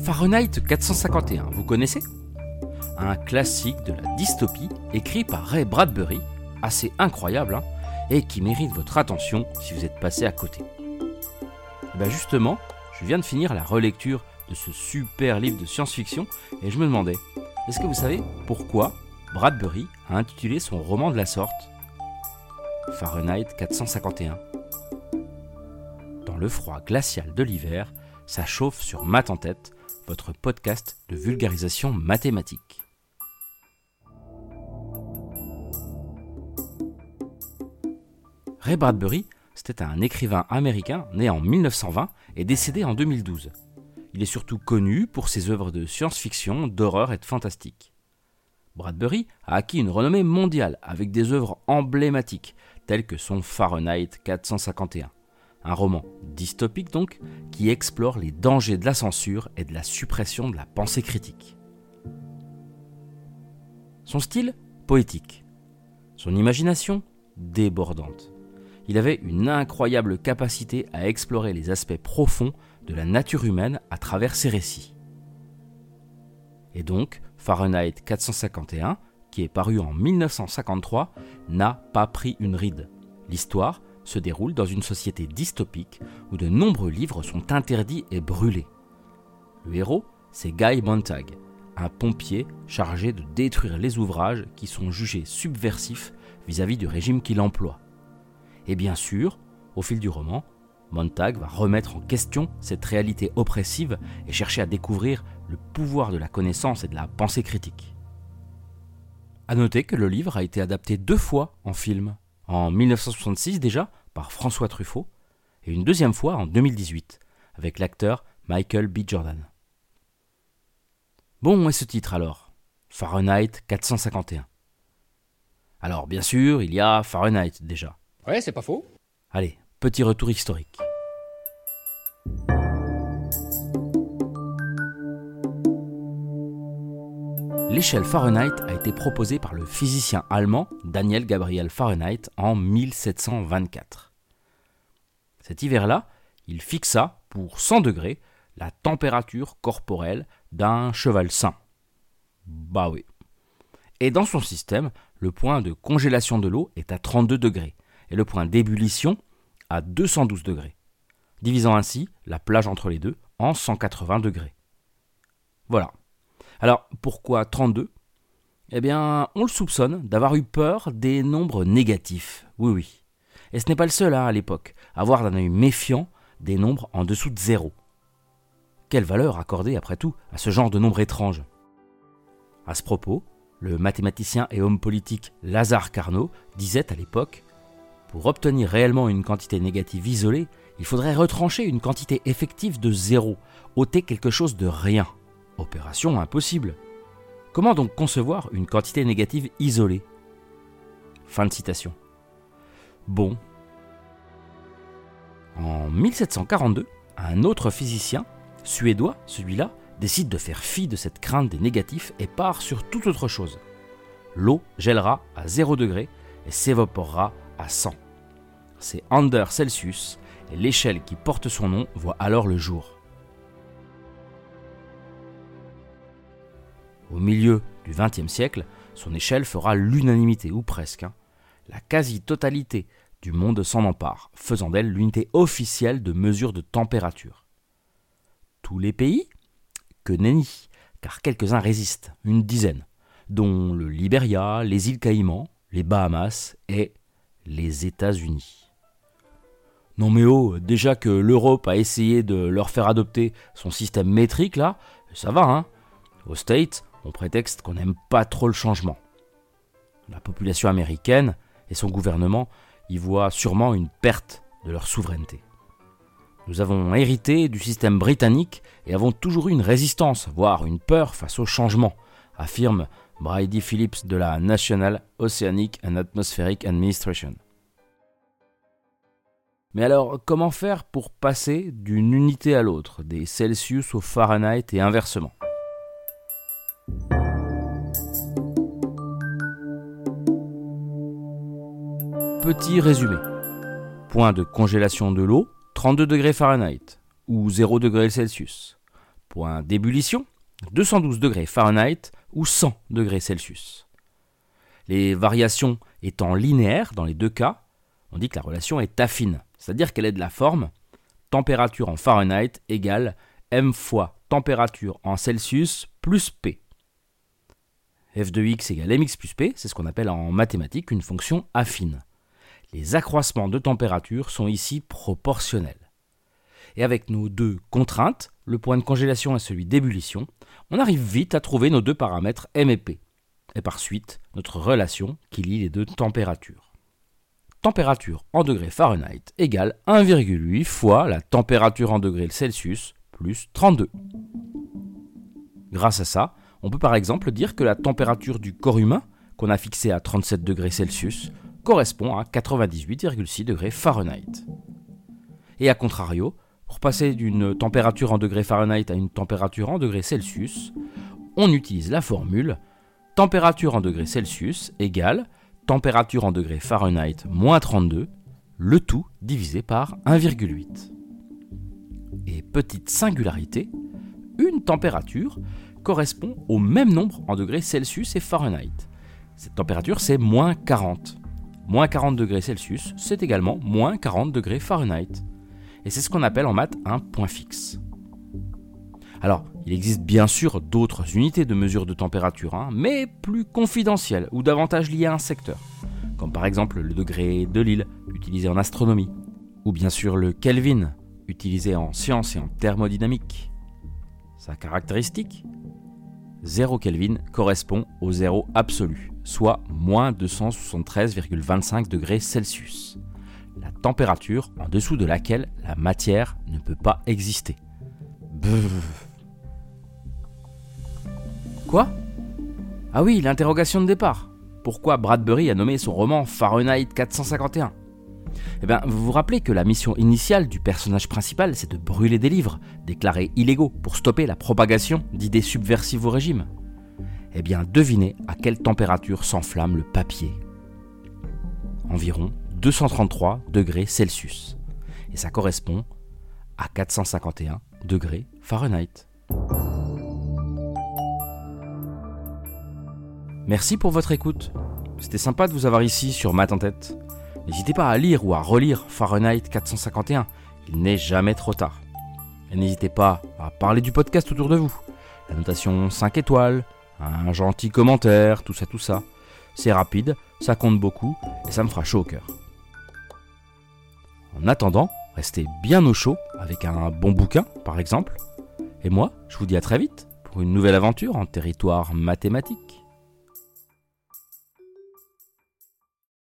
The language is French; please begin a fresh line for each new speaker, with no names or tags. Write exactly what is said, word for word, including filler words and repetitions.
Fahrenheit quatre cent cinquante et un, vous connaissez ? Un classique de la dystopie écrit par Ray Bradbury, assez incroyable, hein, et qui mérite votre attention si vous êtes passé à côté. Et bien justement, je viens de finir la relecture de ce super livre de science-fiction et je me demandais, est-ce que vous savez pourquoi Bradbury a intitulé son roman de la sorte Fahrenheit quatre cent cinquante et un. Dans le froid glacial de l'hiver, ça chauffe sur Maths en tête, votre podcast de vulgarisation mathématique. Ray Bradbury, c'était un écrivain américain né en dix-neuf cent vingt et décédé en deux mille douze. Il est surtout connu pour ses œuvres de science-fiction, d'horreur et de fantastique. Bradbury a acquis une renommée mondiale avec des œuvres emblématiques telles que son Fahrenheit quatre cent cinquante et un, un roman dystopique donc qui explore les dangers de la censure et de la suppression de la pensée critique. Son style, poétique. Son imagination, débordante. Il avait une incroyable capacité à explorer les aspects profonds de la nature humaine à travers ses récits. Et donc, Fahrenheit quatre cent cinquante et un, qui est paru en dix-neuf cent cinquante-trois, n'a pas pris une ride. L'histoire se déroule dans une société dystopique où de nombreux livres sont interdits et brûlés. Le héros, c'est Guy Montag, un pompier chargé de détruire les ouvrages qui sont jugés subversifs vis-à-vis du régime qu'il emploie. Et bien sûr, au fil du roman, Montag va remettre en question cette réalité oppressive et chercher à découvrir le pouvoir de la connaissance et de la pensée critique. À noter que le livre a été adapté deux fois en film, en dix-neuf cent soixante-six déjà par François Truffaut et une deuxième fois en deux mille dix-huit avec l'acteur Michael B. Jordan. Bon, et ce titre alors, Fahrenheit quatre cent cinquante et un. Alors bien sûr, il y a Fahrenheit déjà.
Ouais, c'est pas faux.
Allez, petit retour historique. L'échelle Fahrenheit a été proposée par le physicien allemand Daniel Gabriel Fahrenheit en mille sept cent vingt-quatre. Cet hiver-là, il fixa pour cent degrés la température corporelle d'un cheval sain. Bah oui. Et dans son système, le point de congélation de l'eau est à trente-deux degrés et le point d'ébullition à deux cent douze degrés, divisant ainsi la plage entre les deux en cent quatre-vingts degrés. Voilà. Alors, pourquoi trente-deux ? Eh bien, on le soupçonne d'avoir eu peur des nombres négatifs. Oui, oui. Et ce n'est pas le seul hein, à l'époque à avoir d'un œil méfiant des nombres en dessous de zéro. Quelle valeur accorder, après tout, à ce genre de nombres étranges ? À ce propos, le mathématicien et homme politique Lazare Carnot disait à l'époque « Pour obtenir réellement une quantité négative isolée, il faudrait retrancher une quantité effective de zéro, ôter quelque chose de rien. Opération impossible. Comment donc concevoir une quantité négative isolée ?» Fin de citation. Bon. En mille sept cent quarante-deux, un autre physicien, suédois celui-là, décide de faire fi de cette crainte des négatifs et part sur toute autre chose. L'eau gèlera à zéro degré et s'évaporera à cent. C'est Anders Celsius et l'échelle qui porte son nom voit alors le jour. Au milieu du vingtième siècle, son échelle fera l'unanimité, ou presque. Hein. La quasi-totalité du monde s'en empare, faisant d'elle l'unité officielle de mesure de température. Tous les pays ? Que nenni, car quelques-uns résistent, une dizaine, dont le Liberia, les îles Caïmans, les Bahamas et les États-Unis. Non mais oh, déjà que l'Europe a essayé de leur faire adopter son système métrique là, ça va hein. Aux States, on prétexte qu'on n'aime pas trop le changement. La population américaine et son gouvernement y voient sûrement une perte de leur souveraineté. Nous avons hérité du système britannique et avons toujours eu une résistance, voire une peur face au changement, affirme Brady Phillips de la National Oceanic and Atmospheric Administration. Mais alors, comment faire pour passer d'une unité à l'autre, des Celsius au Fahrenheit et inversement ? Petit résumé. Point de congélation de l'eau, trente-deux degrés Fahrenheit ou zéro degré Celsius. point d'ébullition, deux cent douze degrés Fahrenheit ou cent degrés Celsius. Les variations étant linéaires dans les deux cas, on dit que la relation est affine, c'est-à-dire qu'elle est de la forme température en Fahrenheit égale m fois température en Celsius plus P. f de x égale mx plus P, c'est ce qu'on appelle en mathématiques une fonction affine. Les accroissements de température sont ici proportionnels. Et avec nos deux contraintes, le point de congélation et celui d'ébullition, on arrive vite à trouver nos deux paramètres m et p, et par suite notre relation qui lie les deux températures. Température en degrés Fahrenheit égale un virgule huit fois la température en degrés Celsius plus trente-deux. Grâce à ça, on peut par exemple dire que la température du corps humain, qu'on a fixée à trente-sept degrés Celsius, correspond à quatre-vingt-dix-huit virgule six degrés Fahrenheit. Et à contrario, pour passer d'une température en degrés Fahrenheit à une température en degrés Celsius, on utilise la formule température en degrés Celsius égale température en degrés Fahrenheit moins trente-deux, le tout divisé par un virgule huit. Et petite singularité, une température correspond au même nombre en degrés Celsius et Fahrenheit. Cette température, c'est moins quarante. Moins quarante degrés Celsius, c'est également moins quarante degrés Fahrenheit. Et c'est ce qu'on appelle en maths un point fixe. Alors, il existe bien sûr d'autres unités de mesure de température, hein, mais plus confidentielles ou davantage liées à un secteur, comme par exemple le degré de Lille, utilisé en astronomie, ou bien sûr le Kelvin, utilisé en sciences et en thermodynamique. Sa caractéristique ? zéro Kelvin correspond au zéro absolu, soit moins deux cent soixante-treize virgule vingt-cinq degrés Celsius, la température en dessous de laquelle la matière ne peut pas exister. Brrr. Quoi ? Ah oui, l'interrogation de départ. Pourquoi Bradbury a nommé son roman Fahrenheit quatre cent cinquante et un ? Eh bien, vous vous rappelez que la mission initiale du personnage principal, c'est de brûler des livres, déclarés illégaux, pour stopper la propagation d'idées subversives au régime. Eh bien, devinez à quelle température s'enflamme le papier. Environ deux cent trente-trois degrés Celsius. Et ça correspond à quatre cent cinquante et un degrés Fahrenheit. Merci pour votre écoute. C'était sympa de vous avoir ici sur Maths en tête. N'hésitez pas à lire ou à relire Fahrenheit quatre cent cinquante et un. Il n'est jamais trop tard. Et n'hésitez pas à parler du podcast autour de vous. La notation cinq étoiles, un gentil commentaire, tout ça, tout ça. C'est rapide, ça compte beaucoup et ça me fera chaud au cœur. En attendant, restez bien au chaud avec un bon bouquin, par exemple. Et moi, je vous dis à très vite pour une nouvelle aventure en territoire mathématique.